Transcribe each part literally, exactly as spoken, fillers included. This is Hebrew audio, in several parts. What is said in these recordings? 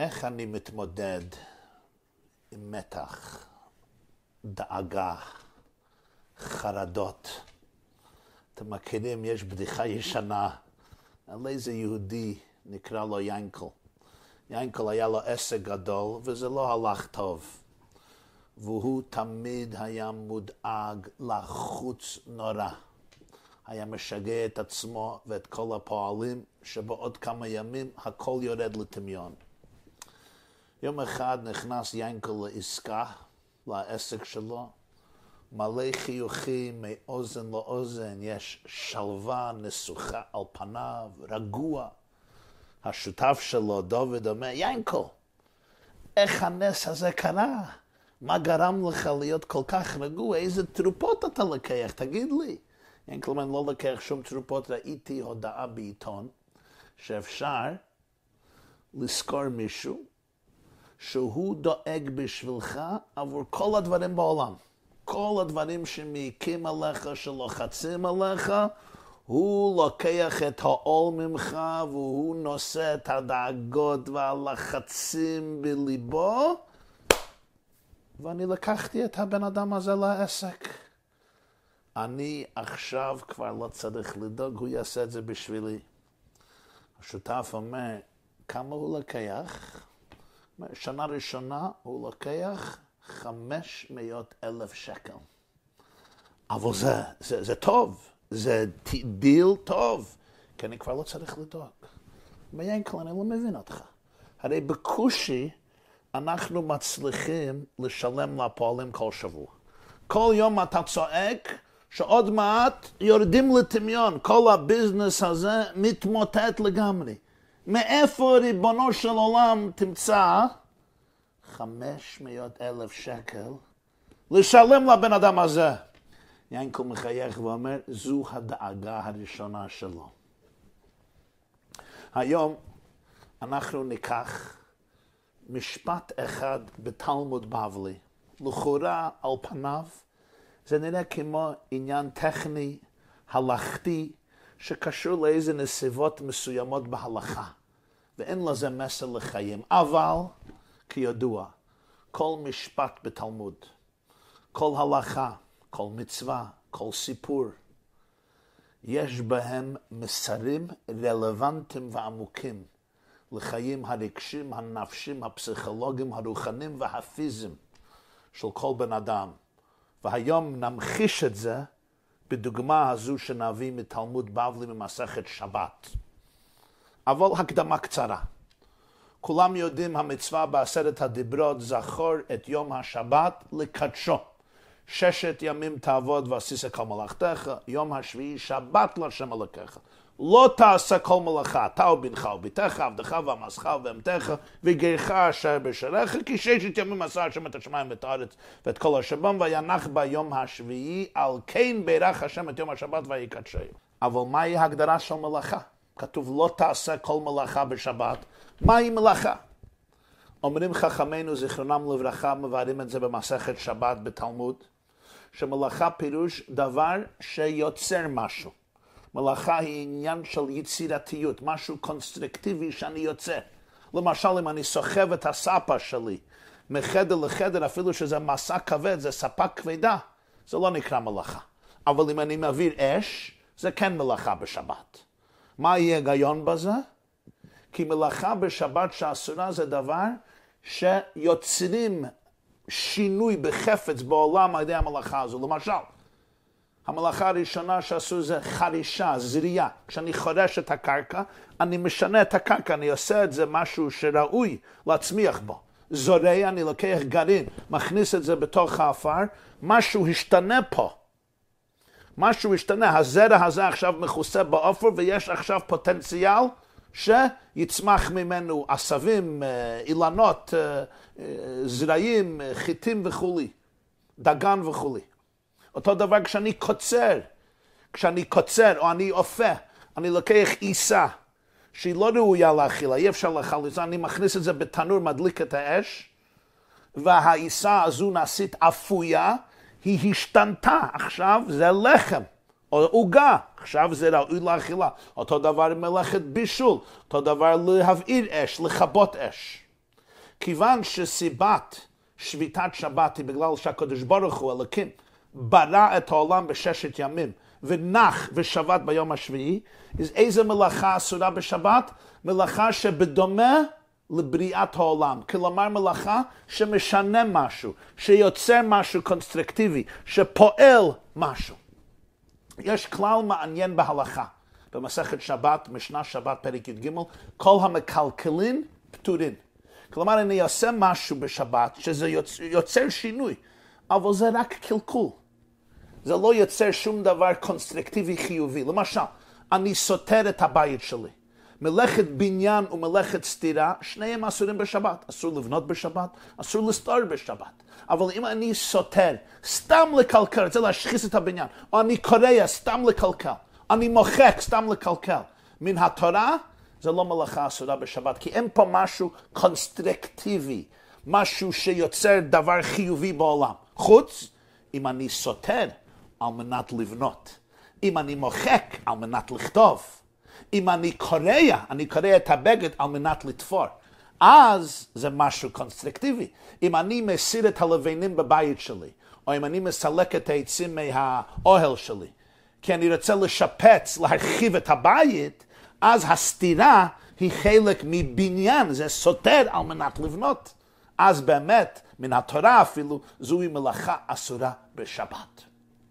איך אני מתמודד עם מתח, דאגה, חרדות? אתם מכירים, יש בדיחה ישנה על איזה יהודי נקרא לו ינקל. ינקל היה לו עסק גדול וזה לא הלך טוב. והוא תמיד היה מודאג לחוץ נורא. היה משגע את עצמו ואת כל הפועלים שבעוד כמה ימים הכל יורד לטמיון. יום אחד נכנס ינקל לעסקה, לעסק שלו, מלא חיוכים מאוזן לאוזן, יש שלווה נסוכה על פניו, רגוע. השותף שלו, דוד, אומר, ינקל, איך הנס הזה קרה? מה גרם לך להיות כל כך רגוע? איזה תרופות אתה לקח? תגיד לי. ינקלמן לא לקח שום תרופות, ראיתי הודעה בעיתון שאפשר לזכור מישהו שהוא דואג בשבילך עבור כל הדברים בעולם. כל הדברים שמעיקים עליך, שלוחצים עליך, הוא לוקח את העול ממך והוא נושא את הדאגות והלחצים בליבו. ואני לקחתי את הבן אדם הזה לעסק. אני עכשיו כבר לא צריך לדאוג, הוא יעשה את זה בשבילי. השותף אומר, כמה הוא לקח? שנה ראשונה הוא לקח חמש מאות אלף שקל. אבל זה, זה, זה טוב, זה דיל טוב, כי אני כבר לא צריך לדאוג. ביינקל, אני לא מבין אותך. הרי בקושי אנחנו מצליחים לשלם לפועלים כל שבוע. כל יום אתה צועק שעוד מעט יורדים לטמיון, כל הביזנס הזה מתמוטט לגמרי. מאיפה ריבונו של עולם תמצא חמש מאות אלף שקל לשלם לבן אדם הזה? ינקל מחייך ואומר, זו הדאגה הראשונה שלו. היום אנחנו ניקח משפט אחד בתלמוד בבלי. לכאורה על פניו זה נראה כמו עניין טכני, הלכתי, שקשור לאיזה נסיבות מסוימות בהלכה. ואין לזה מסר לחיים. אבל, כידוע, כל משפט בתלמוד, כל הלכה, כל מצווה, כל סיפור, יש בהם מסרים רלוונטיים ועמוקים לחיים הרגשים, הנפשים, הפסיכולוגיים, הרוחניים והפיזיים של כל בן אדם. והיום נמחיש את זה בדוגמה הזו שנביא מתלמוד בבלי ממסכת שבת. אבל הקדמה קצרה. כולם יודעים המצווה בעשרת הדיברות, זכור את יום השבת לקדשו. ששת ימים תעבוד ועשית כל מלאכתך, יום השביעי שבת להשם אלוקיך. לא תעשה כל מלאכה, אתה ובנך וביתך, עבדך ואמתך ובהמתך, וגרך אשר בשעריך, כי ששת ימים עשה השם את השמיים ואת הארץ ואת כל השבם, וינח ביום השביעי, על כן בירך השם את יום השבת ויקדשו. אבל מהי ההגדרה של מלאכה? כתוב לא תעשה כל מלאכה בשבת. מהי מלאכה? אומרים חכמינו זיכרונם לברכה, מבארים את זה במסכת שבת בתלמוד, שמלאכה פירוש דבר שיוצר משהו. מלאכה היא עניין של יצירתיות, משהו קונסטרקטיבי שאני יוצא. למשל, אם אני סוחב את הספה שלי מחדר לחדר, אפילו שזה מסע כבד, זה ספה כבדה, זה לא נקרא מלאכה. אבל אם אני מעביר אש, זה כן מלאכה בשבת. מה יהיה היגיון בזה? כי מלאכה בשבת שאסורה זה דבר שיוצרים שינוי בחפץ בעולם על ידי המלאכה הזו. למשל, המלאכה הראשונה שעשו זה חרישה, זריעה. כשאני חורש את הקרקע, אני משנה את הקרקע, אני עושה את זה משהו שראוי להצמיח בו. זורע, אני לוקח גרעין, מכניס את זה בתוך האפר, משהו השתנה פה. משהו השתנה, הזרע הזה עכשיו מכוסה באופר, ויש עכשיו פוטנציאל שיצמח ממנו עשבים, אילנות, זרעים, חיטים וכו', דגן וכו'. אותו דבר כשאני קוצר, כשאני קוצר או אני אופה, אני לוקח עיסה שהיא לא ראויה לאכילה, אי אפשר לאכול את זה, אני מכניס את זה בתנור, מדליק את האש, והעיסה הזו נעשית אפויה, היא השתנתה, עכשיו זה לחם, או עוגה, עכשיו זה ראוי לאכילה. אותו דבר מלאכת בישול, אותו דבר להבעיר אש, לכבות אש. כיוון שסיבת שביתת שבת היא בגלל שהקדוש ברוך הוא אלוקים ברא את העולם בששת ימים ונח ושבת ביום השביעי, אז איזה מלאכה אסורה בשבת? מלאכה שבדומה לבריאת העולם. כלומר מלאכה שמשנה משהו, שיוצר משהו קונסטרקטיבי, שפועל משהו. יש כלל מעניין בהלכה. במסכת שבת, משנה שבת, פרק י"ג, כל המקלקלין פטורין. כלומר, אני עושה משהו בשבת שזה יוצר, יוצר שינוי, אבל זה רק קלקול. זה לא יוצר שום דבר קונסטרקטיבי חיובי. למשל, אני סותר את הבית שלי. מלאכת בניין ומלאכת סתירה, שניהם אסורים בשבת. אסור לבנות בשבת, אסור לסתור בשבת. אבל אם אני סותר, סתם לקלקל, זה להשחיס את הבניין, או אני קורא, סתם לקלקל, אני מוחק, סתם לקלקל, מן התורה, זה לא מלאכה אסורה בשבת, כי אין פה משהו קונסטרקטיבי, משהו שיוצר דבר חיובי בעולם. חוץ, אם אני סותר, על מנת לבנות. אם אני מוחק, על מנת לכתוב. אם אני קורא, אני קורא את הבגד על מנת לתפור. אז זה משהו קונסטרקטיבי. אם אני מסיר את הלבנים בבית שלי, או אם אני מסלק את העצים מהאוהל שלי, כי אני רוצה לשפץ, להרחיב את הבית, אז הסתירה היא חלק מבניין, זה סותר על מנת לבנות. אז באמת, מן התורה אפילו, זוהי מלאכה אסורה בשבת.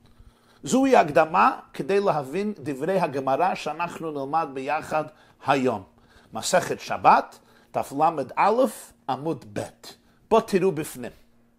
זוהי הקדמה כדי להבין דברי הגמרא שאנחנו נלמד ביחד היום. מסכת שבת, דף למד א', עמוד ב'. בוא תראו בפנים.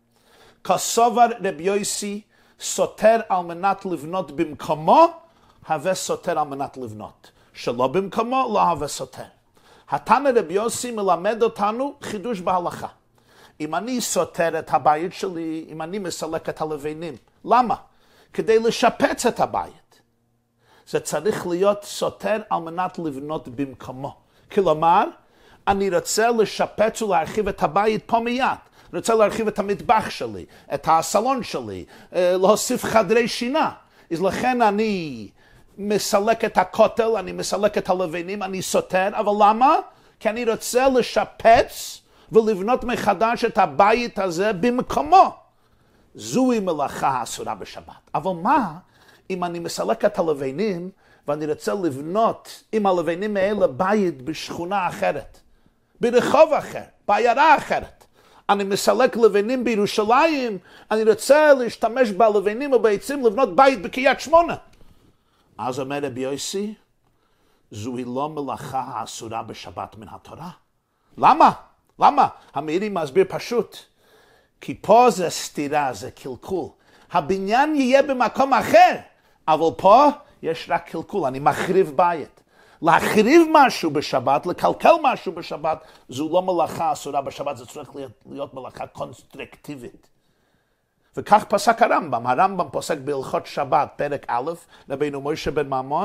כסובר רבי יוסי, סותר על מנת לבנות במקומו, הווה סותר על מנת לבנות. שלא במקומו, לא הווה סותר. התנא רבי יוסי מלמד אותנו חידוש בהלכה. אם אני סותר את הבית שלי, אם אני מסלק את הלבנים, למה? כדי לשפץ את הבית. זה צריך להיות סותר על מנת לבנות במקומו. כלומר, אני רוצה לשפץ ולהרחיב את הבית פה מיד. אני רוצה להרחיב את המטבח שלי, את הסלון שלי, להוסיף חדרי שינה. אז לכן אני מסלק את הכותל, אני מסלק את הלבנים, אני סותר, אבל למה? כי אני רוצה לשפץ ולבנות מחדש את הבית הזה במקומו. זוהי מלאכה אסורה בשבת. אבל מה אם אני מסלק את הלבנים ואני רוצה לבנות עם הלבנים האלה בית בשכונה אחרת, ברחוב אחר, בעיירה אחרת. אני מסלק לבנים בירושלים, אני רוצה להשתמש בלבנים ובעצים לבנות בית בקריית שמונה. אז אומר רבי יוסי, זוהי לא מלאכה אסורה בשבת מן התורה. למה? למה? המאירי מסביר פשוט. כי פה זה סתירה, זה קלקול. הבניין יהיה במקום אחר, אבל פה יש רק קלקול, אני מחריב בית. להחריב משהו בשבת, לקלקל משהו בשבת, זו לא מלאכה אסורה בשבת, זה צריך להיות, להיות מלאכה קונסטרקטיבית. וכך פסק הרמב"ם. הרמב"ם פוסק בהלכות שבת, פרק א', רבינו מוישה בן ממון,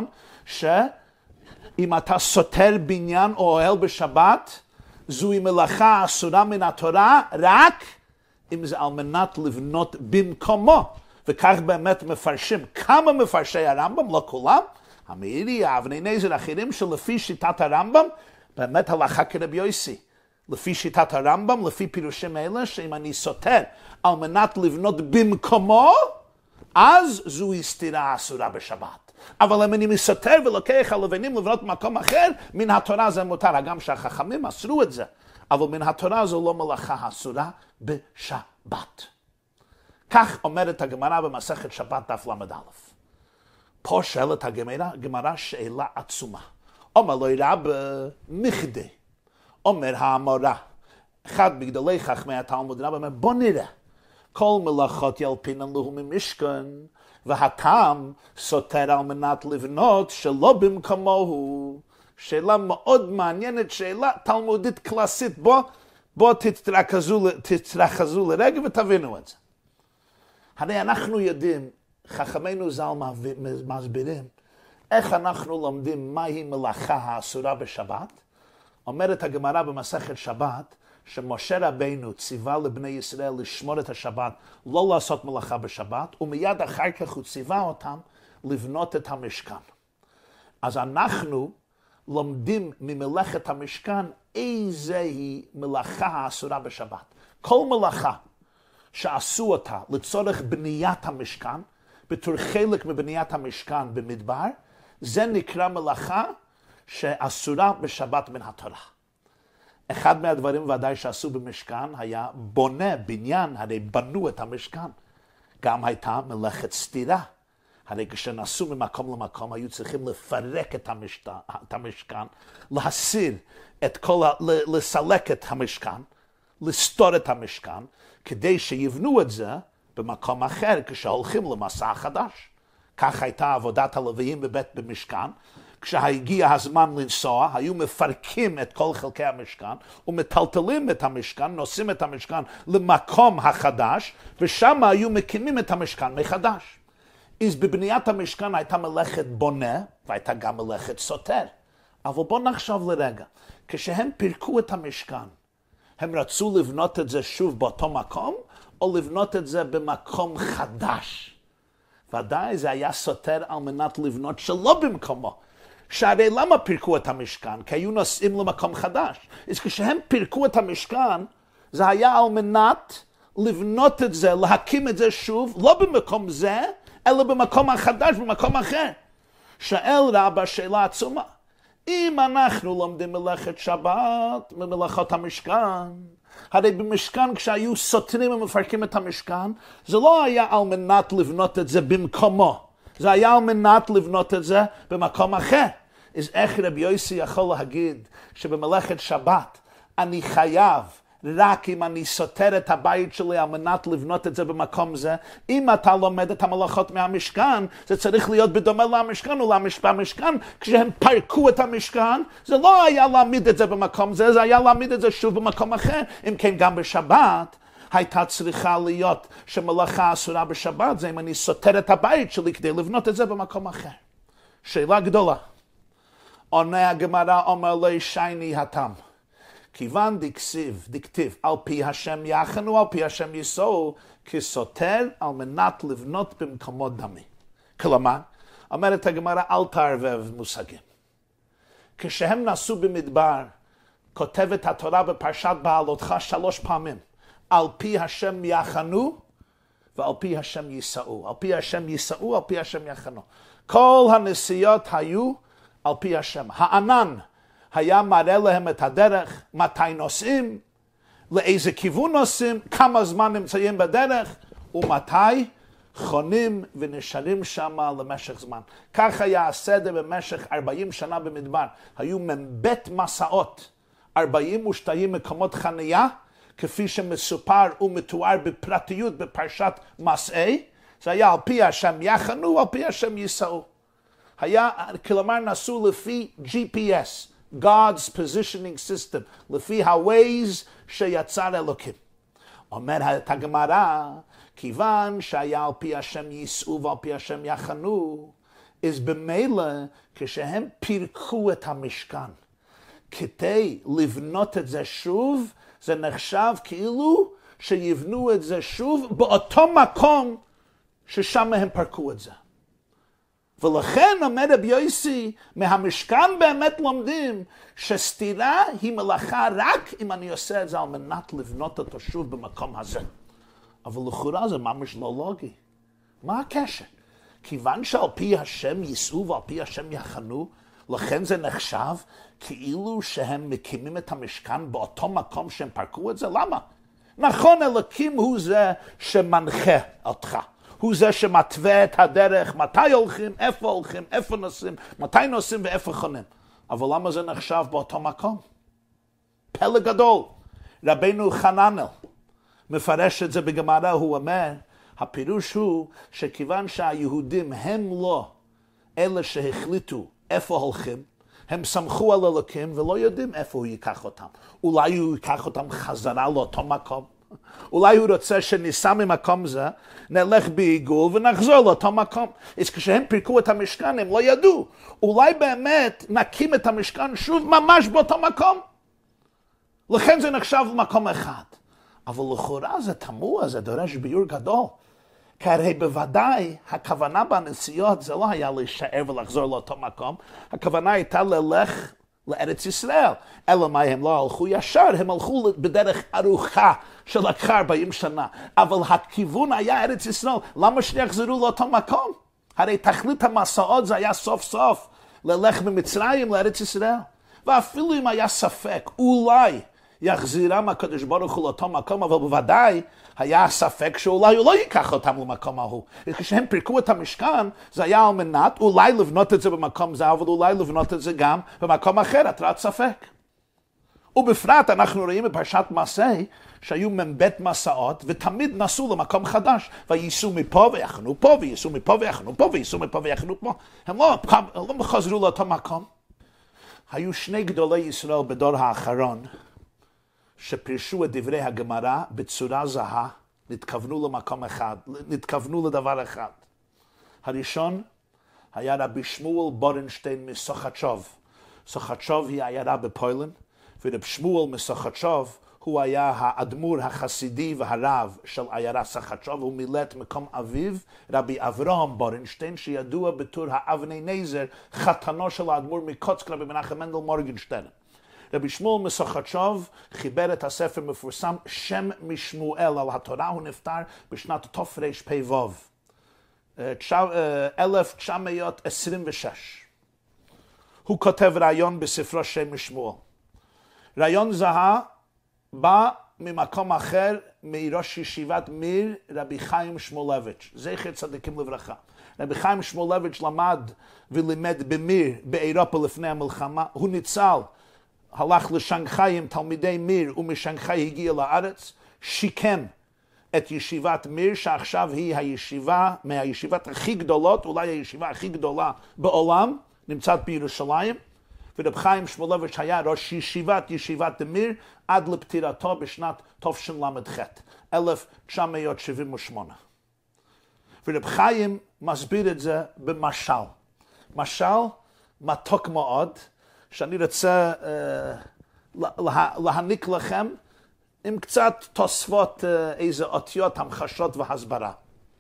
שאם אתה סותר בניין או אוהל בשבת, זוהי מלאכה אסורה מן התורה, רק אם זה על מנת לבנות במקומו. וכך באמת מפרשים. כמה מפרשי הרמב"ם, לא כולם, המאירי, אבני נזר, אחרים, שלפי שיטת הרמב"ם, באמת הלכה כרבי יוסי. לפי שיטת הרמב"ם, לפי פירושים האלה, שאם אני סותר על מנת לבנות במקומו, אז זוהי סתירה אסורה בשבת. אבל אם אני מסותר ולוקח הלבנים לבנות במקום אחר, מן התורה זה מותר. גם שהחכמים אסרו את זה. אבל מן התורה זו לא מלאכה אסורה בשבת. כך אומרת הגמרא במסכת שבת דף למד א'. פה שואלת הגמרא, גמרא שאלה עצומה. אומר לו רב מכדי. אומר האמורה, אחד מגדולי חכמי התלמוד רב, אומר בוא נראה. כל מלאכות ילפינן לו ממשכן, והטעם סותר על מנת לבנות שלא במקומו הוא. שאלה מאוד מעניינת, שאלה תלמודית קלאסית. בוא, בוא תתרכזו, תתרכזו לרגע ותבינו את זה. הרי אנחנו יודעים, חכמינו ז"ל מסבירים, איך אנחנו לומדים מהי מלאכה האסורה בשבת. אומרת הגמרא במסכת שבת, שמשה רבינו ציווה לבני ישראל לשמור את השבת, לא לעשות מלאכה בשבת, ומיד אחר כך הוא ציווה אותם לבנות את המשכן. אז אנחנו, לומדים ממלאכת המשכן איזה היא מלאכה האסורה בשבת. כל מלאכה שעשו אותה לצורך בניית המשכן, בתור חלק מבניית המשכן במדבר, זה נקרא מלאכה שאסורה בשבת מן התורה. אחד מהדברים ודאי שעשו במשכן היה בונה, בניין, הרי בנו את המשכן. גם הייתה מלאכת סתירה. הרי כשנסעו ממקום למקום היו צריכים לפרק את, המשת... את המשכן, להסיר את כל ה... לסלק את המשכן, לסתור את המשכן, כדי שיבנו את זה במקום אחר כשהולכים למסע חדש. כך הייתה עבודת הלוויים בבית במשכן. כשהגיע הזמן לנסוע, היו מפרקים את כל חלקי המשכן, ומטלטלים את המשכן, נוסעים את המשכן למקום החדש, ושם היו מקימים את המשכן מחדש. אז בבניית המשכן הייתה מלאכת בונה, והייתה גם מלאכת סותר. אבל בואו נחשוב לרגע, כשהם פירקו את המשכן, הם רצו לבנות את זה שוב באותו מקום, או לבנות את זה במקום חדש. ודאי זה היה סותר על מנת לבנות שלא במקומו. שהרי למה פירקו את המשכן? כי היו נוסעים למקום חדש. אז כשהם פירקו את המשכן, זה היה על מנת לבנות את זה, להקים את זה שוב, לא במקום זה, אלא במקום החדש, במקום אחר. שאל רבא שאלה עצומה. אם אנחנו לומדים מלאכת שבת, ממלאכות המשכן, הרי במשכן כשהיו סותרים ומפרקים את המשכן, זה לא היה על מנת לבנות את זה במקומו. זה היה על מנת לבנות את זה במקום אחר. אז איך רבי יוסי יכול להגיד שבמלאכת שבת אני חייב רק אם אני סותר את הבית שלי על מנת לבנות את זה במקום זה? אם אתה לומד את המלאכות מהמשכן, זה צריך להיות בדומה למשכן ולמשכן. כשהם פרקו את המשכן, זה לא היה להעמיד את זה במקום זה, זה היה להעמיד את זה שוב במקום אחר. אם כן, גם בשבת הייתה צריכה להיות שמלאכה אסורה בשבת, זה אם אני סותר את הבית שלי כדי לבנות את זה במקום אחר. שאלה גדולה. עונה הגמרא, אומר לי שייני התם. כיוון דכסיב, דכתיב, על פי השם יחנו, על פי השם ייסעו, כסותר על מנת לבנות במקומות דמי. כלומר, אומרת הגמרא, אל תערבב מושגים. כשהם נסעו במדבר, כותבת התורה בפרשת בעלותך שלוש פעמים. על פי השם יחנו, ועל פי השם ייסעו. על פי השם ייסעו, על פי השם יחנו. כל הנסיעות היו על פי השם. הענן היה מראה להם את הדרך, מתי נוסעים, לאיזה כיוון נוסעים, כמה זמן נמצאים בדרך, ומתי חונים ונשארים שם למשך זמן. כך היה הסדר במשך ארבעים שנה במדבר. היו מבית מסעות, ארבעים ושתיים מקומות חניה, כפי שמסופר ומתואר בפרטיות בפרשת מסעי. זה היה על פי השם יחנו, על פי השם ייסעו. היה, כלומר, נסעו לפי ג'י פי אס, God's positioning system, לפי ה-Waze שיצר אלוקים. אומרת הגמרא, כיוון שהיה על פי השם ייסעו ועל פי השם יחנו, אז במילא כשהם פירקו את המשכן, כדי לבנות את זה שוב, זה נחשב כאילו שיבנו את זה שוב באותו מקום ששם הם פרקו את זה. ולכן אומר רבי יוסי, מהמשכן באמת לומדים שסתירה היא מלאכה רק אם אני עושה את זה על מנת לבנות אותו שוב במקום הזה. אבל לכאורה זה ממש לא לוגי. מה הקשר? כיוון שעל פי השם ייסעו ועל פי השם יחנו, לכן זה נחשב כאילו שהם מקימים את המשכן באותו מקום שהם פרקו את זה? למה? נכון, אלוקים הוא זה שמנחה אותך. הוא זה שמתווה את הדרך, מתי הולכים, איפה הולכים, איפה נוסעים, מתי נוסעים ואיפה חונים. אבל למה זה נחשב באותו מקום? פלא גדול. רבינו חננאל מפרש את זה בגמרא, הוא אומר, הפירוש הוא שכיוון שהיהודים הם לא אלה שהחליטו איפה הולכים, הם סמכו על אלוקים ולא יודעים איפה הוא ייקח אותם. אולי הוא ייקח אותם חזרה לאותו מקום. אולי הוא רוצה שניסע ממקום זה, נלך בעיגול ונחזור לאותו מקום. אז כשהם פירקו את המשכן הם לא ידעו. אולי באמת נקים את המשכן שוב ממש באותו מקום. לכן זה נחשב מקום אחד. אבל לכאורה זה תמוה, זה דורש ביור גדול. כי הרי בוודאי הכוונה בנסיעות זה לא היה להישאר ולחזור לאותו מקום. הכוונה הייתה ללך לארץ ישראל. אלא מה, הם לא הלכו ישר, הם הלכו בדרך ארוכה שלקחה ארבעים שנה. אבל הכיוון היה ארץ ישראל. למה שיחזרו לאותו מקום? הרי תכלית המסעות זה היה סוף סוף ללך ממצרים לארץ ישראל. ואפילו אם היה ספק, אולי יחזירם הקדוש ברוך הוא לאותו מקום, אבל בוודאי היה ספק שאולי הוא לא ייקח אותם למקום ההוא. כשהם פירקו את המשכן, זה היה על מנת אולי לבנות את זה במקום זה, אבל אולי לבנות את זה גם במקום אחר, התרעת ספק. ובפרט אנחנו רואים בפרשת מעשה, שהיו מבית מסעות, ותמיד נסעו למקום חדש, וייסעו מפה ויחנו פה, וייסעו מפה ויחנו פה, וייסעו מפה ויחנו פה. הם לא, לא חזרו לאותו מקום. היו שני גדולי ישראל בדור האחרון, שפרשו את דברי הגמרא בצורה זהה, נתכוונו למקום אחד, נתכוונו לדבר אחד. הראשון היה רבי שמואל בורנשטיין מסוחצ'וב. סוחצ'וב היא עיירה בפוילן, ורב שמואל מסוחצ'וב הוא היה האדמו"ר החסידי והרב של עיירה סוחצ'וב, הוא מילא את מקום אביו, רבי אברהם בורנשטיין, שידוע בתור האבני נזר, חתנו של האדמו"ר מקוצק, רבי מנחם מנדל מורגנשטיין. רבי שמואל מסוחצ'וב חיבר את הספר מפורסם שם משמואל על התורה, הוא נפטר בשנת תרפ"ו, אלף תשע מאות עשרים ושש. הוא כותב רעיון בספרו שם משמואל. רעיון זהה בא ממקום אחר, מראש ישיבת מיר, רבי חיים שמואלביץ', זכר צדיקים לברכה. רבי חיים שמואלביץ' למד ולימד במיר באירופה לפני המלחמה, הוא ניצל, הלך לשנגחאי עם תלמידי מיר, ומשנגחאי הגיע לארץ, שיקם את ישיבת מיר, שעכשיו היא הישיבה, מהישיבת הכי גדולות, אולי הישיבה הכי גדולה בעולם, נמצאת בירושלים, ורב חיים שמואלביץ' היה ראש ישיבת ישיבת מיר, עד לפטירתו בשנת תשל"ח, אלף תשע מאות שבעים ושמונה. ורב חיים מסביר את זה במשל. משל מתוק מאוד, שאני רוצה uh, לה, להעניק לכם עם קצת תוספות uh, איזה אותיות, המחשות והסברה.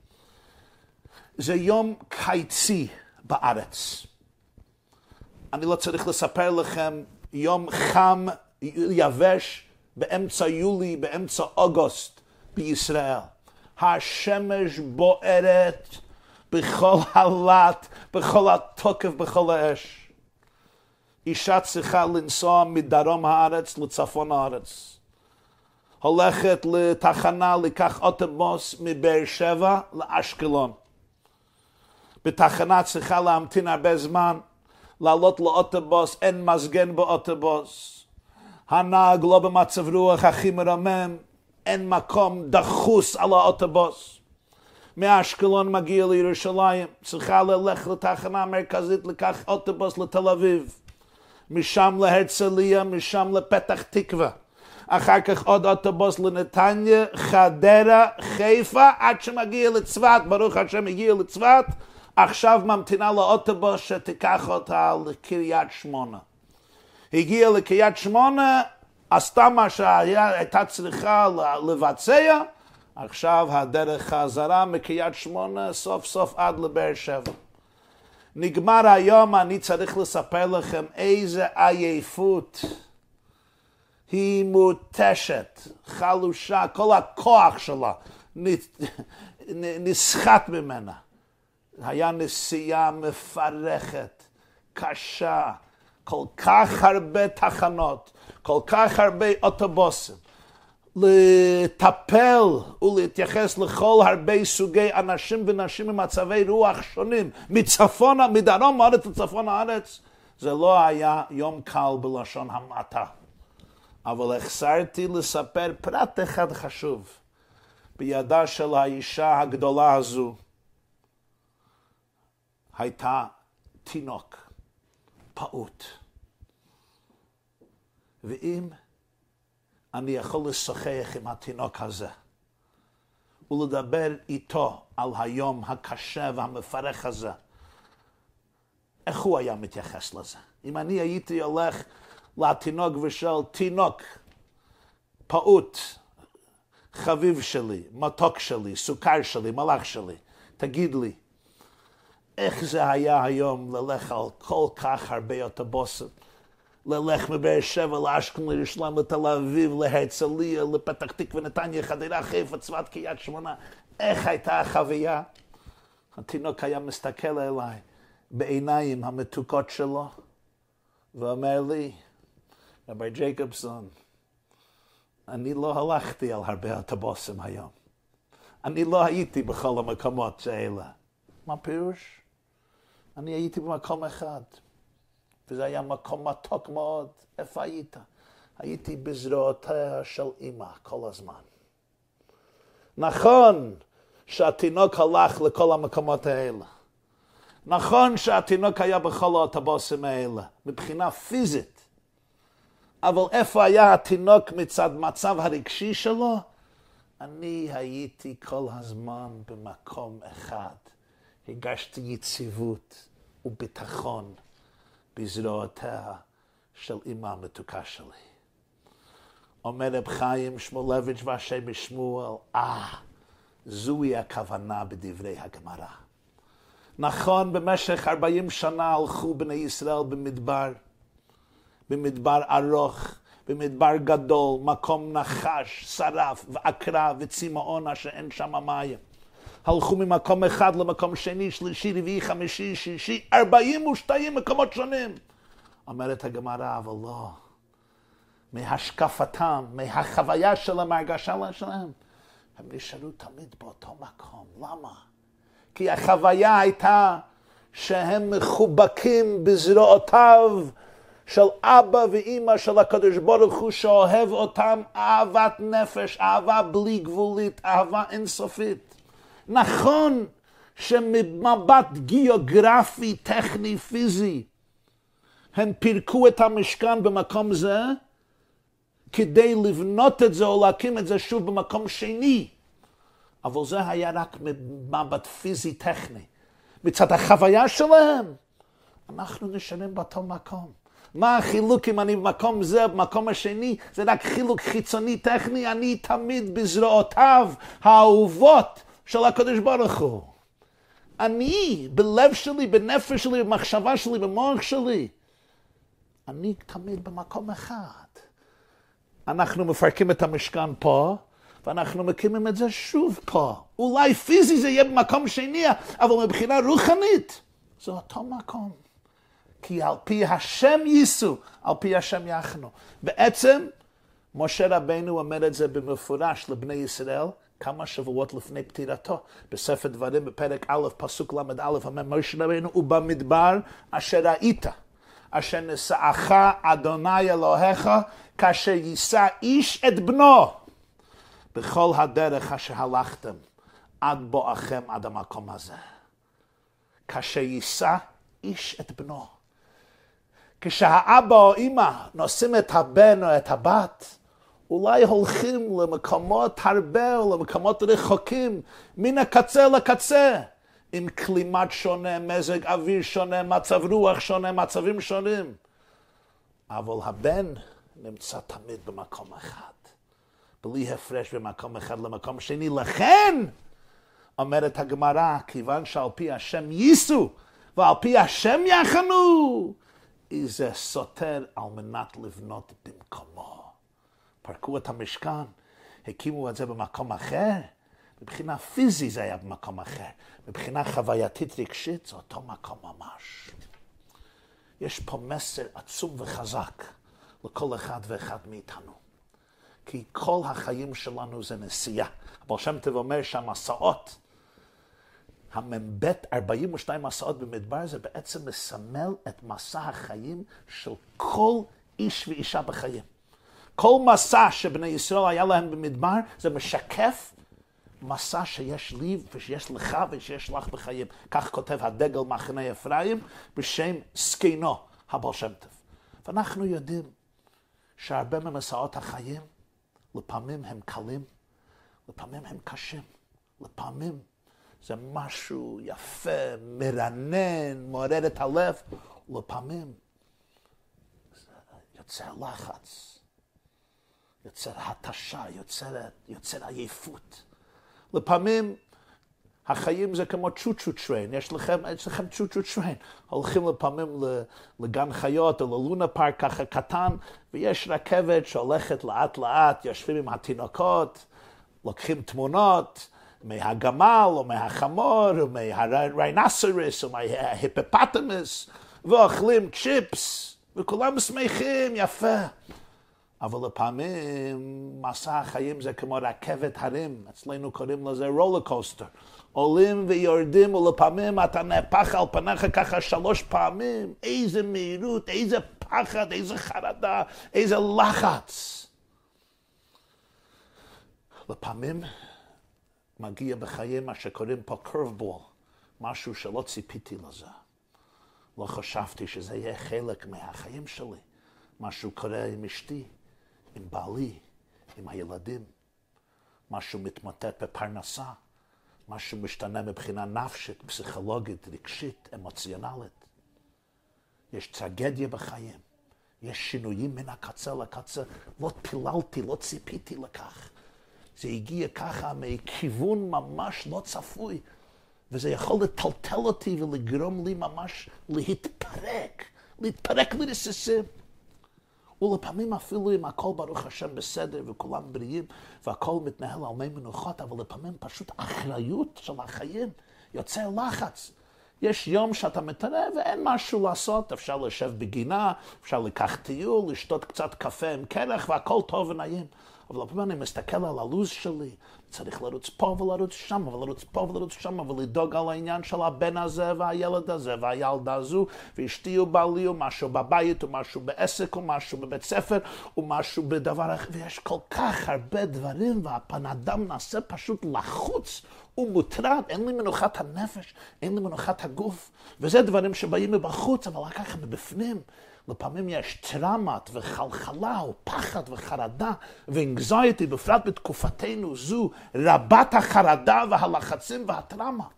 זה יום קיצי בארץ. אני לא צריך לספר לכם יום חם, יבש, באמצע יולי, באמצע אוגוסט בישראל. השמש בוערת בכל הלט, בכל התוקף, בכל האש. אישה צריכה לנסוע מדרום הארץ לצפון הארץ. הולכת לתחנה לקח אוטובוס מבאר שבע לאשקלון. בתחנה צריכה להמתין הרבה זמן, לעלות לאוטובוס, אין מזגן באוטובוס. הנהג לא במצב רוח הכי מרומם, אין מקום דחוס על האוטובוס. מאשקלון מגיע לירושלים, צריכה ללכת לתחנה המרכזית, לקח אוטובוס לתל אביב. משם להרצליה, משם לפתח תקווה. אחר כך עוד אוטובוס לנתניה, חדרה, חיפה, עד שמגיע לצפת, ברוך השם הגיע לצפת, עכשיו ממתינה לאוטובוס שתיקח אותה לקריית שמונה. הגיעה לקריית שמונה, עשתה מה שהייתה צריכה לבצע, עכשיו הדרך חזרה מקריית שמונה סוף סוף עד לבאר שבע. נגמר היום, אני צריך לספר לכם איזה עייפות. היא מותשת, חלושה, כל הכוח שלה נסחט ממנה. היה נסיעה מפרכת, קשה, כל כך הרבה תחנות, כל כך הרבה אוטובוסים. לטפל ולהתייחס לכל הרבה סוגי אנשים ונשים במצבי רוח שונים, מצפון, מדרום הארץ לצפון הארץ, זה לא היה יום קל בלשון המעטה. אבל החסרתי לספר פרט אחד חשוב. בידה של האישה הגדולה הזו הייתה תינוק, פעוט. ואם אני יכול לשוחח עם התינוק הזה ולדבר איתו על היום הקשה והמפרך הזה, איך הוא היה מתייחס לזה? אם אני הייתי הולך לתינוק ושואל, תינוק, פעוט, חביב שלי, מתוק שלי, סוכר שלי, מלאך שלי, תגיד לי, איך זה היה היום ללך על כל כך הרבה אוטובוסים, ללך מבאר שבע, לאשקלון, לירושלים, לתל אביב, להרצליה, לפתח תקווה, נתניה, חדרה, חיפה, צפת, קריית שמונה. איך הייתה החוויה? התינוק היה מסתכל אליי בעיניים המתוקות שלו, ואומר לי, רבי ג'ייקובסון, אני לא הלכתי על הרבה אוטובוסים היום. אני לא הייתי בכל המקומות האלה. מה פירוש? אני הייתי במקום אחד, וזה היה מקום מתוק מאוד. איפה היית? הייתי בזרועותיה של אמא כל הזמן. נכון שהתינוק הלך לכל המקומות האלה. נכון שהתינוק היה בכל האוטובוסים האלה, מבחינה פיזית. אבל איפה היה התינוק מצד מצב הרגשי שלו? אני הייתי כל הזמן במקום אחד. הרגשתי יציבות וביטחון בזרועותיה של אמא המתוקה שלי. אומר רב חיים שמואלביץ' והשם שמואל, אה, זוהי הכוונה בדברי הגמרא. נכון, במשך ארבעים שנה הלכו בני ישראל במדבר, במדבר ארוך, במדבר גדול, מקום נחש, שרף ועקרה וצמאון אשר אין שם מים. הלכו ממקום אחד למקום שני, שלישי, רביעי, חמישי, שישי, ארבעים ושתיים מקומות שונים. אומרת הגמרא, אבל לא. מהשקפתם, מהחוויה שלהם, מהרגשה שלהם, הם נשארו תמיד באותו מקום. למה? כי החוויה הייתה שהם מחובקים בזרועותיו של אבא ואמא של הקדוש ברוך הוא, שאוהב אותם אהבת נפש, אהבה בלי גבולית, אהבה אינסופית. נכון שמבט גיאוגרפי, טכני, פיזי, הם פירקו את המשכן במקום זה, כדי לבנות את זה או להקים את זה שוב במקום שני. אבל זה היה רק מבט פיזי טכני. מצד החוויה שלהם, אנחנו נשארים באותו מקום. מה החילוק אם אני במקום זה, במקום השני? זה רק חילוק חיצוני טכני. אני תמיד בזרועותיו האהובות של הקדוש ברוך הוא. אני, בלב שלי, בנפש שלי, במחשבה שלי, במוח שלי, אני תמיד במקום אחד. אנחנו מפרקים את המשכן פה, ואנחנו מקימים את זה שוב פה. אולי פיזי זה יהיה במקום שני, אבל מבחינה רוחנית, זה אותו מקום. כי על פי השם ייסו, על פי השם יחנו. בעצם, משה רבנו אומר את זה במפורש לבני ישראל, כמה שבועות לפני פטירתו. בספר דברים, בפרק א', פסוק למד א', אומר משה רבנו, ובמדבר אשר ראית, אשר נשאך אדוני אלוהיך, כאשר יישא איש את בנו, בכל הדרך אשר הלכתם, עד בואכם עד המקום הזה. כאשר יישא איש את בנו. כשהאבא או אמא נושאים את הבן או את הבת, אולי הולכים למקומות הרבה או למקומות רחוקים, מן הקצה לקצה, עם קלימת שונה, מזג אוויר שונה, מצב רוח שונה, מצבים שונים. אבל הבן נמצא תמיד במקום אחד, בלי הפרש במקום אחד למקום שני. לכן, אומרת הגמרא, כיוון שעל פי השם ייסו, ועל פי השם יחנו, זה סותר על מנת לבנות במקומו. פרקו את המשכן, הקימו את זה במקום אחר, מבחינה פיזית זה היה במקום אחר, מבחינה חווייתית רגשית זה אותו מקום ממש. יש פה מסר עצום וחזק לכל אחד ואחד מאיתנו. כי כל החיים שלנו זה נסיעה. אבל שם טוב אומר שהמסעות, המ"ב ארבעים ושתיים מסעות במדבר, זה בעצם מסמל את מסע החיים של כל איש ואישה בחיים. כל מסע שבני ישראל היה להם במדבר, זה משקף מסע שיש לי ושיש לך ושיש לך בחיים. כך כותב הדגל מחנה אפרים בשם סקינו, הבעל שם טוב. ואנחנו יודעים שהרבה ממסעות החיים, לפעמים הם קלים, לפעמים הם קשים, לפעמים זה משהו יפה, מרנן, מעורר את הלב, לפעמים זה יוצר לחץ, יוצר התשה, יוצר, יוצר עייפות. לפעמים החיים זה כמו צ'וצ'ו טריין, יש לכם, יש לכם צ'וצ'ו טריין. הולכים לפעמים לגן חיות או ללונה פארק ככה קטן, ויש רכבת שהולכת לאט לאט, יושבים עם התינוקות, לוקחים תמונות מהגמל או מהחמור או מהריינוסורוס או מההיפופוטמוס, ואוכלים צ'יפס, וכולם שמחים, יפה. אבל לפעמים מסע החיים זה כמו רכבת הרים, אצלנו קוראים לזה רולר קוסטר. עולים ויורדים ולפעמים אתה נהפך על פניך ככה שלוש פעמים, איזה מהירות, איזה פחד, איזה חרדה, איזה לחץ. לפעמים מגיע בחיים מה שקוראים פה curveball, משהו שלא ציפיתי לזה. לא חשבתי שזה יהיה חלק מהחיים שלי. משהו קורה עם אשתי, עם בעלי, עם הילדים. משהו מתמוטט בפרנסה. משהו משתנה מבחינה נפשית, פסיכולוגית, רגשית, אמוציונלית. יש טרגדיה בחיים. יש שינויים מן הקצה לקצה. לא פיללתי, לא ציפיתי לכך. זה הגיע ככה מכיוון ממש לא צפוי. וזה יכול לטלטל אותי ולגרום לי ממש להתפרק. להתפרק לרסיסים. ולפעמים אפילו אם הכל ברוך השם בסדר וכולם בריאים והכל מתנהל על מי מנוחות, אבל לפעמים פשוט אחריות של החיים יוצא לחץ. יש יום שאתה מתערב ואין משהו לעשות, אפשר לשב בגינה, אפשר לקח טיול, לשתות קצת קפה עם קרח והכל טוב ונעים. אבל לפעמים אני מסתכל על הלוז שלי, צריך לרוץ פה ולרוץ שם, ולרוץ פה ולרוץ שם, ולדאוג על העניין של הבן הזה והילד הזה והילדה הזו, ואשתי ובעלי ומשהו בבית ומשהו בעסק ומשהו בבית ספר ומשהו בדבר אחר, ויש כל כך הרבה דברים, והפן אדם נעשה פשוט לחוץ ומוטרד, אין לי מנוחת הנפש, אין לי מנוחת הגוף, וזה דברים שבאים מבחוץ, אבל ככה מבפנים. לפעמים יש טראומת וחלחלה ופחד וחרדה ואנגזייטי, בפרט בתקופתנו זו, רבת החרדה והלחצים והטראומה.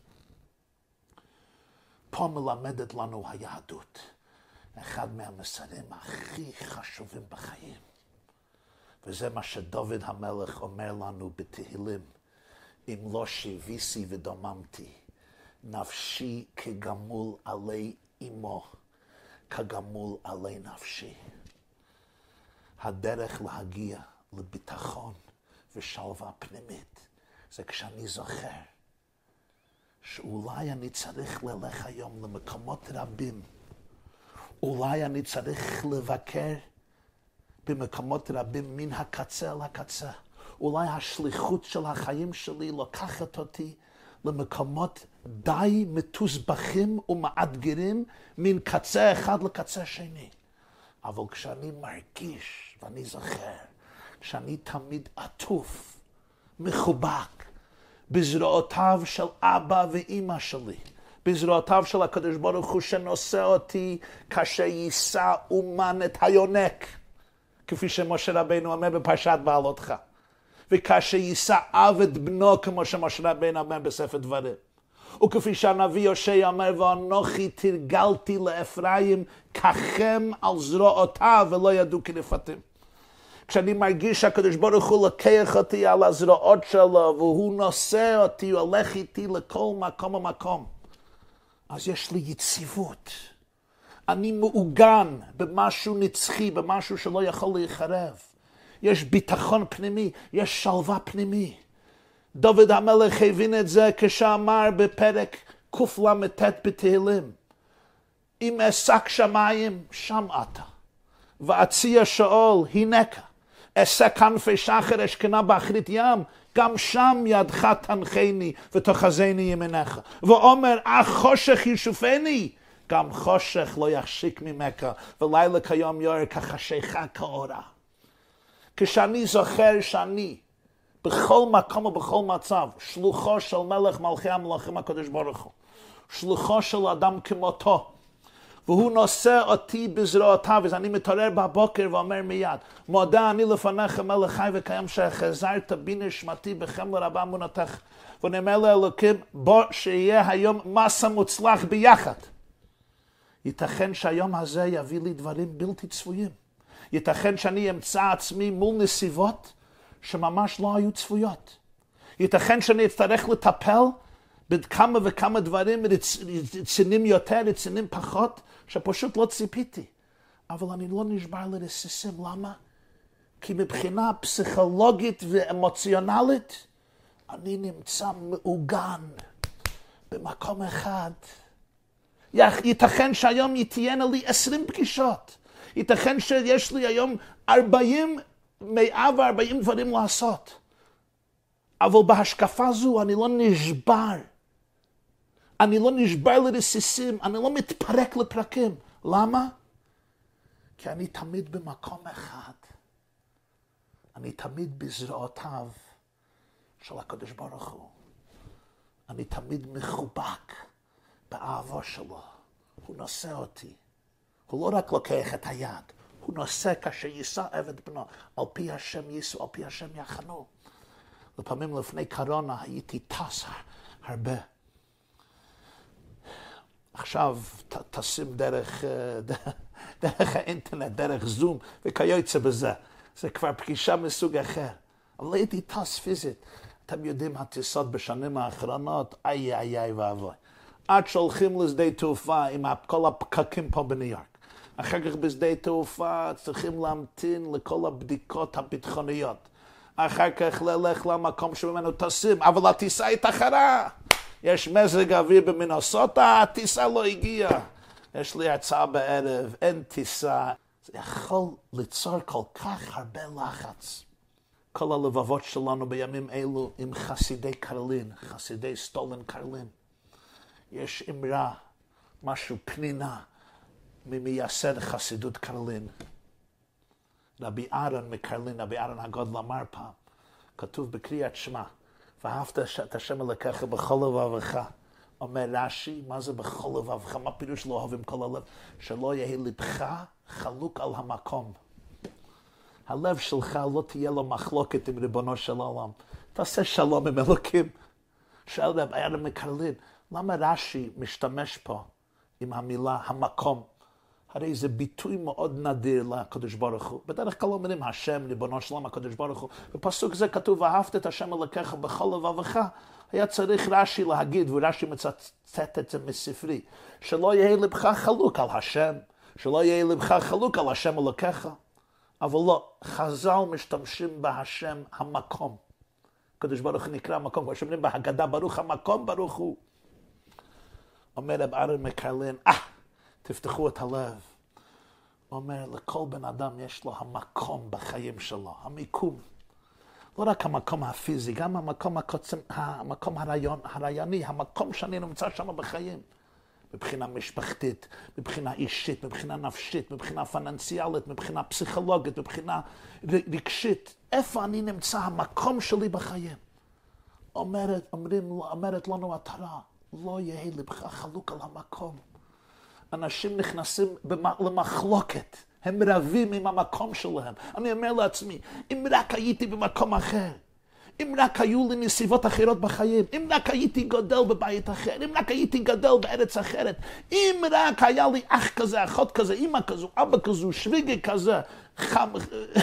פה מלמדת לנו היהדות, אחד מהמסרים הכי חשובים בחיים. וזה מה שדוד המלך אומר לנו בתהילים, אם לא שיביסי ודוממתי, נפשי כגמול עלי אמו. כגמול עלי נפשי. הדרך להגיע לביטחון ושלווה פנימית זה כשאני זוכר שאולי אני צריך ללך היום למקומות רבים. אולי אני צריך לבקר במקומות רבים מן הקצה לקצה. אולי השליחות של החיים שלי לוקחת אותי למקומות די מתוסבכים ומאתגרים מן קצה אחד לקצה שני. אבל כשאני מרגיש ואני זוכר, כשאני תמיד עטוף, מחובק, בזרועותיו של אבא ואמא שלי, בזרועותיו של הקדוש ברוך הוא שנושא אותי כאשר יישא אומן את היונק, כפי שמשה רבינו אומר בפרשת בעלותך. וכאשר יישא עבד בנו, כמו שמשה רבינו אומר בספר דברים. וכפי שהנביא יושע אומר, ואנוכי תרגלתי לאפרים כחם על זרועותיו ולא ידעו כנפתים. כשאני מרגיש שהקדוש ברוך הוא לוקח אותי על הזרועות שלו, והוא נושא אותי, הוא הולך איתי לכל מקום ומקום, אז יש לי יציבות. אני מעוגן במשהו נצחי, במשהו שלא יכול להיחרב. יש ביטחון פנימי, יש שלווה פנימי. דוד המלך הבין את זה כשאמר בפרק קל"ט בתהילים, אם אשק שמיים, שם אתה. ואציע שאול, הנקה. אשא כנפי שחר אשכנה באחרית ים, גם שם ידך תנחני ותחזני ימינך. ואומר, אך חושך ישופני, גם חושך לא יחשיק ממך, ולילה כיום יאר כחשיכה כאורה. כשאני זוכר שאני, בכל מקום ובכל מצב, שלוחו של מלך מלכי המלכים הקדוש ברוך הוא, שלוחו של אדם כמותו, והוא נושא אותי בזרועותיו, אז אני מתעורר בבוקר ואומר מיד, מודה אני לפניך מלך חי וקיים שחזרת בי נשמתי בחמלה רבה אמונתך, ואני אומר לאלוקים, בוא שיהיה היום מסע מוצלח ביחד. ייתכן שהיום הזה יביא לי דברים בלתי צפויים. ייתכן שאני אמצא עצמי מול נסיבות שממש לא היו צפויות. ייתכן שאני אצטרך לטפל בכמה וכמה דברים רציניים יותר, רציניים פחות, שפשוט לא ציפיתי. אבל אני לא נשבר לרסיסים. למה? כי מבחינה פסיכולוגית ואמוציונלית, אני נמצא מעוגן במקום אחד. ייתכן שהיום תהיינה לי עשרים פגישות. ייתכן שיש לי היום ארבעים, מאה וארבעים דברים לעשות. אבל בהשקפה זו אני לא נשבר. אני לא נשבר לרסיסים, אני לא מתפרק לפרקים. למה? כי אני תמיד במקום אחד. אני תמיד בזרועותיו של הקדוש ברוך הוא. אני תמיד מחובק באהבה שלו. הוא נושא אותי. הוא לא רק לוקח את היד, הוא נושא כאשר יישא עבד בנו. על פי השם יישאו, על פי השם יחנו. לפעמים לפני קורונה הייתי טס הרבה. עכשיו ת, טסים דרך, דרך האינטרנט, דרך זום וכיוצא בזה. זה כבר פגישה מסוג אחר. אבל הייתי טס פיזית. אתם יודעים, הטיסות בשנים האחרונות, איי איי איי ואבוי. עד שהולכים לשדה תעופה עם כל הפקקים פה בניו יורק. אחר כך בשדה תעופה צריכים להמתין לכל הבדיקות הביטחוניות. אחר כך ללך למקום שממנו טסים, אבל הטיסה התאחרה. יש מזג אוויר במינסוטה, הטיסה לא הגיעה. יש לי הצעה בערב, אין טיסה. זה יכול ליצור כל כך הרבה לחץ. כל הלבבות שלנו בימים אלו עם חסידי קרלין, חסידי סטולן קרלין. יש אמרה, משהו פנינה, ממייסד חסידות קרלין. רבי אהרון מקרלין, רבי אהרון הגדול אמר פעם, כתוב בקריאת שמע, ואהבת את השם אלוקיך בכל לבבך. אומר רש"י, מה זה בכל לבבך? מה פירוש לא אוהבים כל הלב? שלא יהיה לבך חלוק על המקום. הלב שלך לא תהיה לו מחלוקת עם ריבונו של עולם. תעשה שלום עם אלוקים. שאל רבי אהרון מקרלין, למה רש"י משתמש פה עם המילה המקום? הרי זה ביטוי מאוד נדיר לקדוש ברוך הוא. בדרך כלל אומרים השם, ריבונו של עולם, הקדוש ברוך הוא. בפסוק זה כתוב, ואהבת את השם אלוקיך בכל לבבך. היה צריך רש"י להגיד, ורש"י מצטט את זה מספרי, שלא יהיה לבך חלוק על השם, שלא יהיה לבך חלוק על השם אלוקיך. אבל לא, חז"ל משתמשים בהשם המקום. הקדוש ברוך הוא נקרא המקום, כמו שאומרים בהגדה, ברוך המקום, ברוך הוא. אומר רב אהרון מקרלין, אה, תפתחו את הלב. הוא אומר, לכל בן אדם יש לו המקום בחיים שלו, המיקום. לא רק המקום הפיזי, גם המקום, הקוצם, המקום הרעיון, הרעיוני, המקום שאני נמצא שם בחיים. מבחינה משפחתית, מבחינה אישית, מבחינה נפשית, מבחינה פיננסיאלית, מבחינה פסיכולוגית, מבחינה רגשית. איפה אני נמצא, המקום שלי בחיים? אומרת, אומרים, אומרת לנו התורה, לא יהיה לבך חלוק על המקום. אנשים נכנסים למחלוקת, הם רבים עם המקום שלהם. אני אומר לעצמי, אם רק הייתי במקום אחר, אם רק היו לי נסיבות אחרות בחיים, אם רק הייתי גדל בבית אחר, אם רק הייתי גדל בארץ אחרת, אם רק היה לי אח כזה, אחות כזה, אמא כזו, אבא כזו, שוויגה כזה, חם...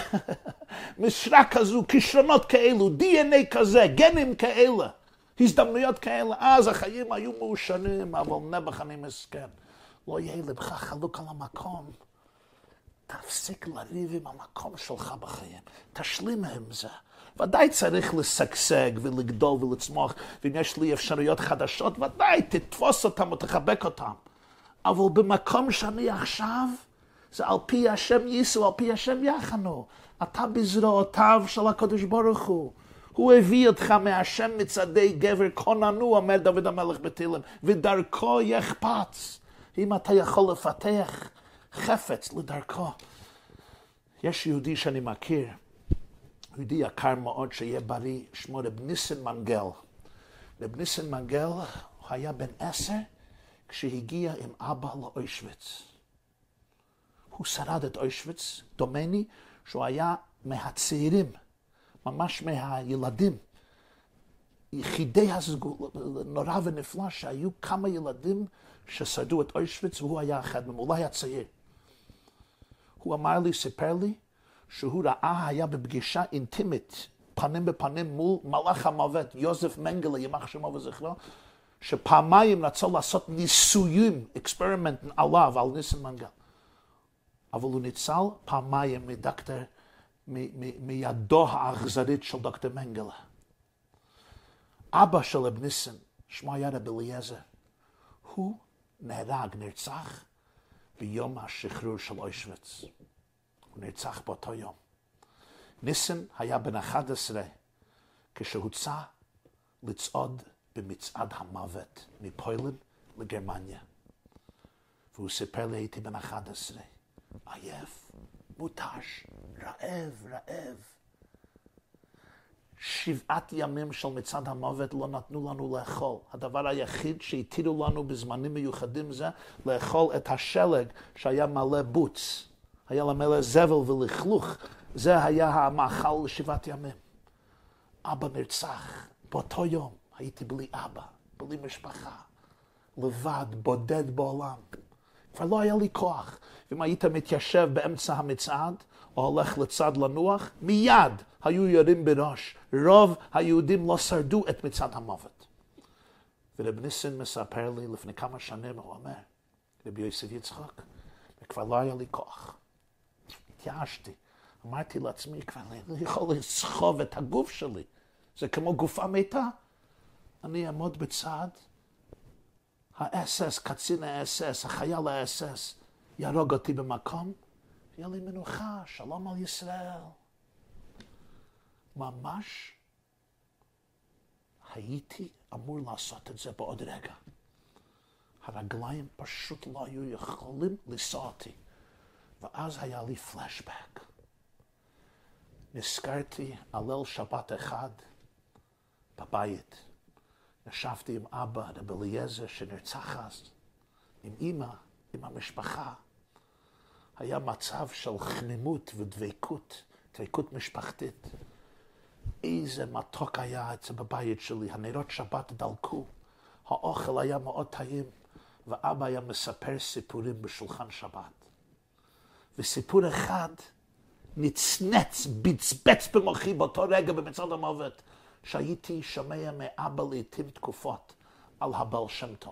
משרה כזו, כישרונות כאלו, די אן איי כזה, גנים כאלה, הזדמנויות כאלה, אז החיים היו מאושרים, אבל נבח אני מסכן. לא יהיה לבך חלוק על המקום. תפסיק לריב עם המקום שלך בחיים. תשלים עם זה. ודאי צריך לשגשג ולגדול ולצמוח, ואם יש לי אפשרויות חדשות, ודאי תתפוס אותם ותחבק אותם. אבל במקום שאני עכשיו, זה על פי השם יישאו, על פי השם יחנו. אתה בזרועותיו של הקדוש ברוך הוא. הוא הביא אותך מהשם מצדי גבר כוננו, אומר דוד המלך בתהילים, ודרכו יחפץ. אם אתה יכול לפתח חפץ לדרכו. יש יהודי שאני מכיר, יהודי יקר מאוד שיהיה בריא, שמו רב ניסן מנגל. רב ניסן מנגל היה בן עשר כשהגיע עם אבא לאוישוויץ. הוא שרד את אוישוויץ, דומני שהוא היה מהצעירים, ממש מהילדים. יחידי הסגולה, נורא ונפלא שהיו כמה ילדים ששרדו את אוישוויץ והוא היה אחד מהם, אולי הצעיר. הוא אמר לי, סיפר לי, שהוא ראה, היה בפגישה אינטימית, פנים בפנים מול מלאך המוות, יוזף מנגלה, ימח שמו וזכרו, שפעמיים רצה לעשות ניסויים, אקספרימנטים עליו, על ניסן מנגל. אבל הוא ניצל פעמיים מדוקטור, מ- מ- מידו האכזרית של דוקטור מנגלה. אבא של רב ניסן, שמו היה רב אליעזר, הוא נהרג, נרצח, ביום השחרור של אושוויץ. הוא נרצח באותו יום. ניסן היה בן אחד עשרה, כשהוצא לצעוד במצעד המוות מפולין לגרמניה. והוא סיפר לי, הייתי בן אחד עשרה, עייף, מותש, רעב, רעב. שבעת ימים של מצעד המוות לא נתנו לנו לאכול. הדבר היחיד שהתירו לנו בזמנים מיוחדים זה לאכול את השלג שהיה מלא בוץ. היה למלא זבל ולכלוך. זה היה המאכל לשבעת ימים. אבא נרצח. באותו יום הייתי בלי אבא, בלי משפחה. לבד, בודד בעולם. כבר לא היה לי כוח. ואם היית מתיישב באמצע המצעד, או הולך לצד לנוח, מיד היו יורים בראש. רוב היהודים לא שרדו את מצעד המוות. ורב ניסן מספר לי לפני כמה שנים, הוא אומר, רבי יוסף יצחק, וכבר לא היה לי כוח. התייאשתי. אמרתי לעצמי, כבר לא יכול לסחוב את הגוף שלי. זה כמו גופה מתה. אני אעמוד בצד, ה-אס אס, קצין ה-אס אס, החייל ה-אס אס, ירוג אותי במקום, יהיה לי מנוחה, שלום על ישראל. ממש הייתי אמור לעשות את זה בעוד רגע. הרגליים פשוט לא היו יכולים לנסוע אותי. ואז היה לי פלשבק. נזכרתי על ליל שבת אחד בבית. ישבתי עם אבא, רב אליעזר, שנרצח אז, עם אמא, עם המשפחה. היה מצב של חמימות ודבקות, דבקות משפחתית. איזה מתוק היה אצל בבית שלי, הנרות שבת דלקו, האוכל היה מאוד טעים, ואבא היה מספר סיפורים בשולחן שבת. וסיפור אחד נצנץ, בצבץ במוחי באותו רגע במצעד המוות, שהייתי שומע מאבא לעתים תקופות על הבעל שם טוב.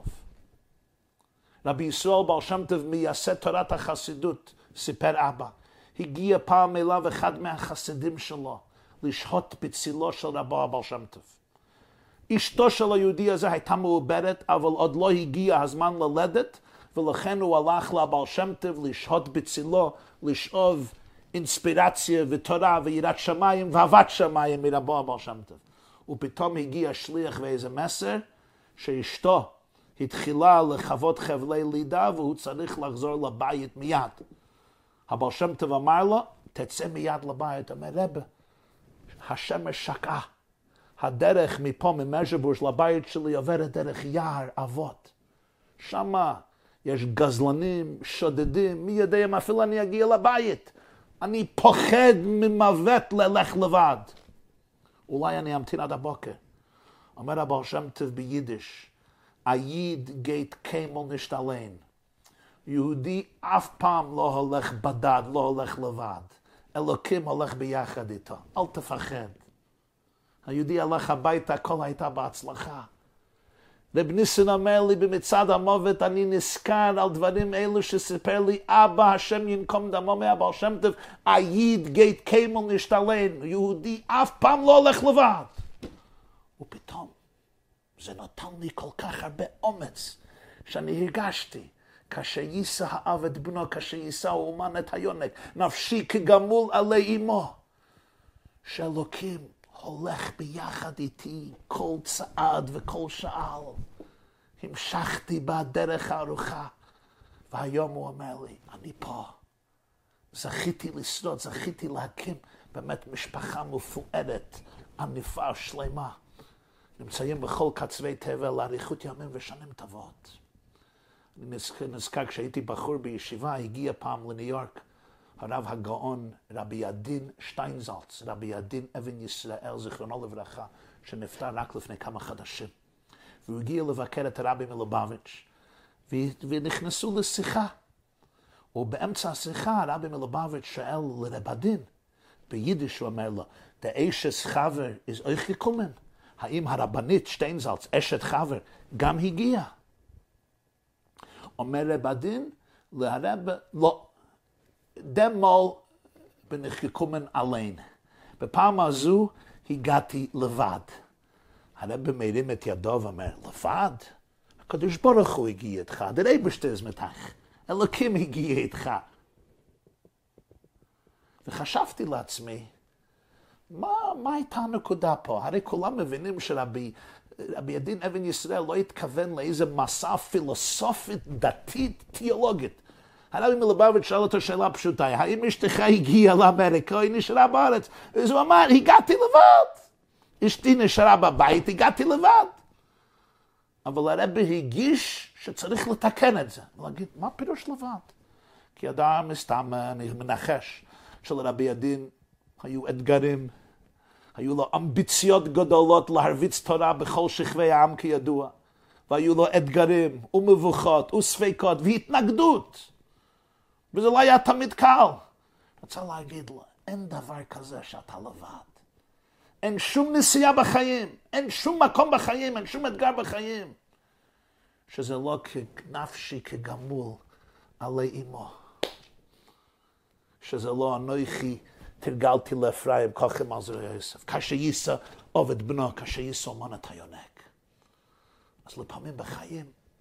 רבי ישראל בעל שם טוב מייסד תורת החסידות, סיפר אבא, הגיע פעם אליו אחד מהחסידים שלו, לשהות בצילו של רבו הבעל שם טוב. אשתו של היהודי הזה הייתה מעוברת, אבל עוד לא הגיע הזמן ללדת, ולכן הוא הלך לבעל שם טוב לשהות בצילו, לשאוב אינספירציה ותורה ויראת שמיים ואהבת שמיים מרבו הבעל שם טוב. ופתאום הגיע שליח ואיזה מסר, שאשתו התחילה לחוות חבלי לידה, והוא צריך לחזור לבית מיד. הבעל שם טוב אמר לו, תצא מיד לבית. אומר, רבי, השמש שקעה. הדרך מפה, ממז'בורש לבית שלי, עוברת דרך יער אבות. שמה יש גזלנים, שודדים, מי יודע אם אפילו אני אגיע לבית. אני פוחד ממוות ללך לבד. אולי אני אמתין עד הבוקר. אומר הבעל שם טוב ביידיש, היד גייט קיימל נשתלן. יהודי אף פעם לא הולך בדד, לא הולך לבד. אלוקים הולך ביחד איתו. אל תפחד. היהודי הלך הביתה, הכל הייתה בהצלחה. רב ניסן אומר לי במצעד המוות, אני נזכר על דברים אלו שסיפר לי אבא, השם ינקום דמו מהבעל שם טוב, היד גייט קיימל נשתלן. יהודי אף פעם לא הולך לבד. ופתאום זה נתן לי כל כך הרבה אומץ, שאני הרגשתי, כאשר יישא האב את בנו, כאשר יישא האומן את היונק, נפשי כגמול עלי אמו, שאלוקים הולך ביחד איתי כל צעד וכל שעל. המשכתי בדרך הארוכה, והיום הוא אומר לי, אני פה. זכיתי לשרוד, זכיתי להקים באמת משפחה מפוארת, ענפה, שלמה. נמצאים בכל קצווי תבל לאריכות ימים ושנים טובות. אני נזכר, נזכר כשהייתי בחור בישיבה, הגיע פעם לניו יורק, הרב הגאון רבי ידין שטיינזלץ, רבי ידין אבן ישראל, זיכרונו לברכה, שנפטר רק לפני כמה חודשים. והוא הגיע לבקר את הרבי מלובביץ', ונכנסו לשיחה. ובאמצע השיחה הרבי מלובביץ' שואל לרב הדין, ביידיש הוא אומר לו, der eishes Chaver is euch gekommen. האם הרבנית שטיינזלץ, אשת חבר, גם הגיעה? אומר רב הדין להרב, לא, דמול בנחקקומן עליין. בפעם הזו הגעתי לבד. הרב מרים את ידו ואומר, לבד? הקדוש ברוך הוא הגיע איתך, דרי בשטז מתך, אלוקים הגיע איתך. וחשבתי לעצמי, מה, מה הייתה הנקודה פה? הרי כולם מבינים שרבי רבי הדין אבן ישראל לא התכוון לאיזה מסע פילוסופית, דתית, תיאולוגית. הרבי מלובביץ' שאל אותו שאלה פשוטה, האם אשתך הגיעה לאמריקה או היא נשארה בארץ? אז הוא אמר, הגעתי לבד. אשתי נשארה בבית, הגעתי לבד. אבל הרבי הגיש שצריך לתקן את זה. ולהגיד, מה פירוש לבד? כי אדם מסתם מנחש שלרבי הדין היו אתגרים, היו לו אמביציות גדולות להרביץ תורה בכל שכבי העם כידוע, והיו לו אתגרים ומבוכות וספקות והתנגדות, וזה לא היה תמיד קל. רוצה להגיד לו, אין דבר כזה שאתה לבד. אין שום נסיעה בחיים, אין שום מקום בחיים, אין שום אתגר בחיים, שזה לא כנפשי כגמול עלי אמו. שזה לא אנוכי תרגלתי לאפרים כוכם על זרועי יוסף. כאשר יישא עובד בנו, כאשר יישא אומן את היונק. אז לפעמים בחיים,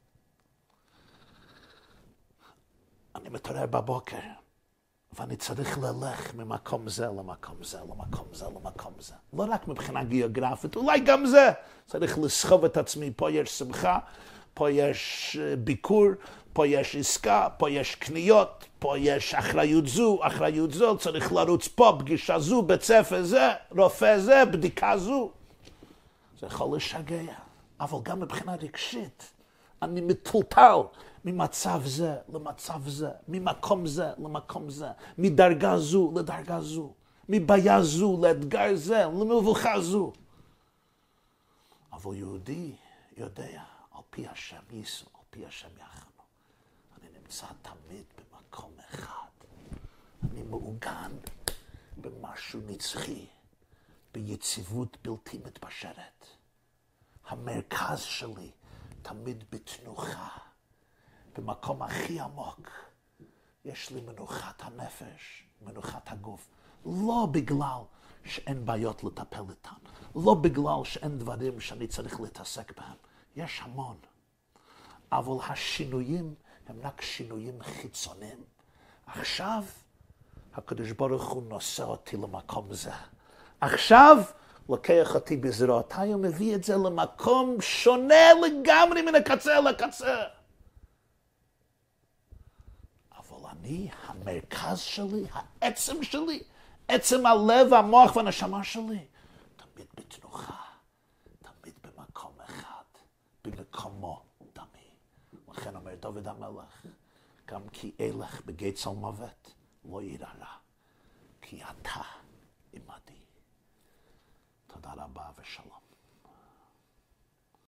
אני מתעורר בבוקר, ואני צריך ללך ממקום זה למקום זה, למקום זה, למקום זה. לא רק מבחינה גיאוגרפית, אולי גם זה. צריך לסחוב את עצמי, פה יש שמחה, פה יש ביקור, פה יש עסקה, פה יש קניות, פה יש אחריות זו, אחריות זו, צריך לרוץ פה, פגישה זו, בית ספר זה, רופא זה, בדיקה זו. זה יכול לשגע, אבל גם מבחינה רגשית, אני מטולטל ממצב זה למצב זה, ממקום זה למקום זה, מדרגה זו לדרגה זו, מבעיה זו לאתגר זה, למבוכה זו. אבל יהודי יודע, על פי השם יישאו, על פי השם יחנו. אני נמצא תמיד במקום אחד. אני מעוגן במשהו נצחי, ביציבות בלתי מתפשרת. המרכז שלי תמיד בתנוחה, במקום הכי עמוק. יש לי מנוחת הנפש, מנוחת הגוף. לא בגלל שאין בעיות לטפל איתן, לא בגלל שאין דברים שאני צריך להתעסק בהם. יש המון. אבל השינויים הם רק שינויים חיצוניים. עכשיו, הקדוש ברוך הוא נושא אותי למקום זה. עכשיו, לוקח אותי בזרועותיי ומביא את זה למקום שונה לגמרי מן הקצה לקצה. אבל אני, המרכז שלי, העצם שלי, עצם הלב, המוח והנשמה שלי, תמיד בתנוחה, תמיד במקום אחד, במקומו דמי. לכן אומר דוד המלך, גם כי אלך בגיא צל מוות, לא יירא רע, כי אתה עמדי. תודה רבה ושלום.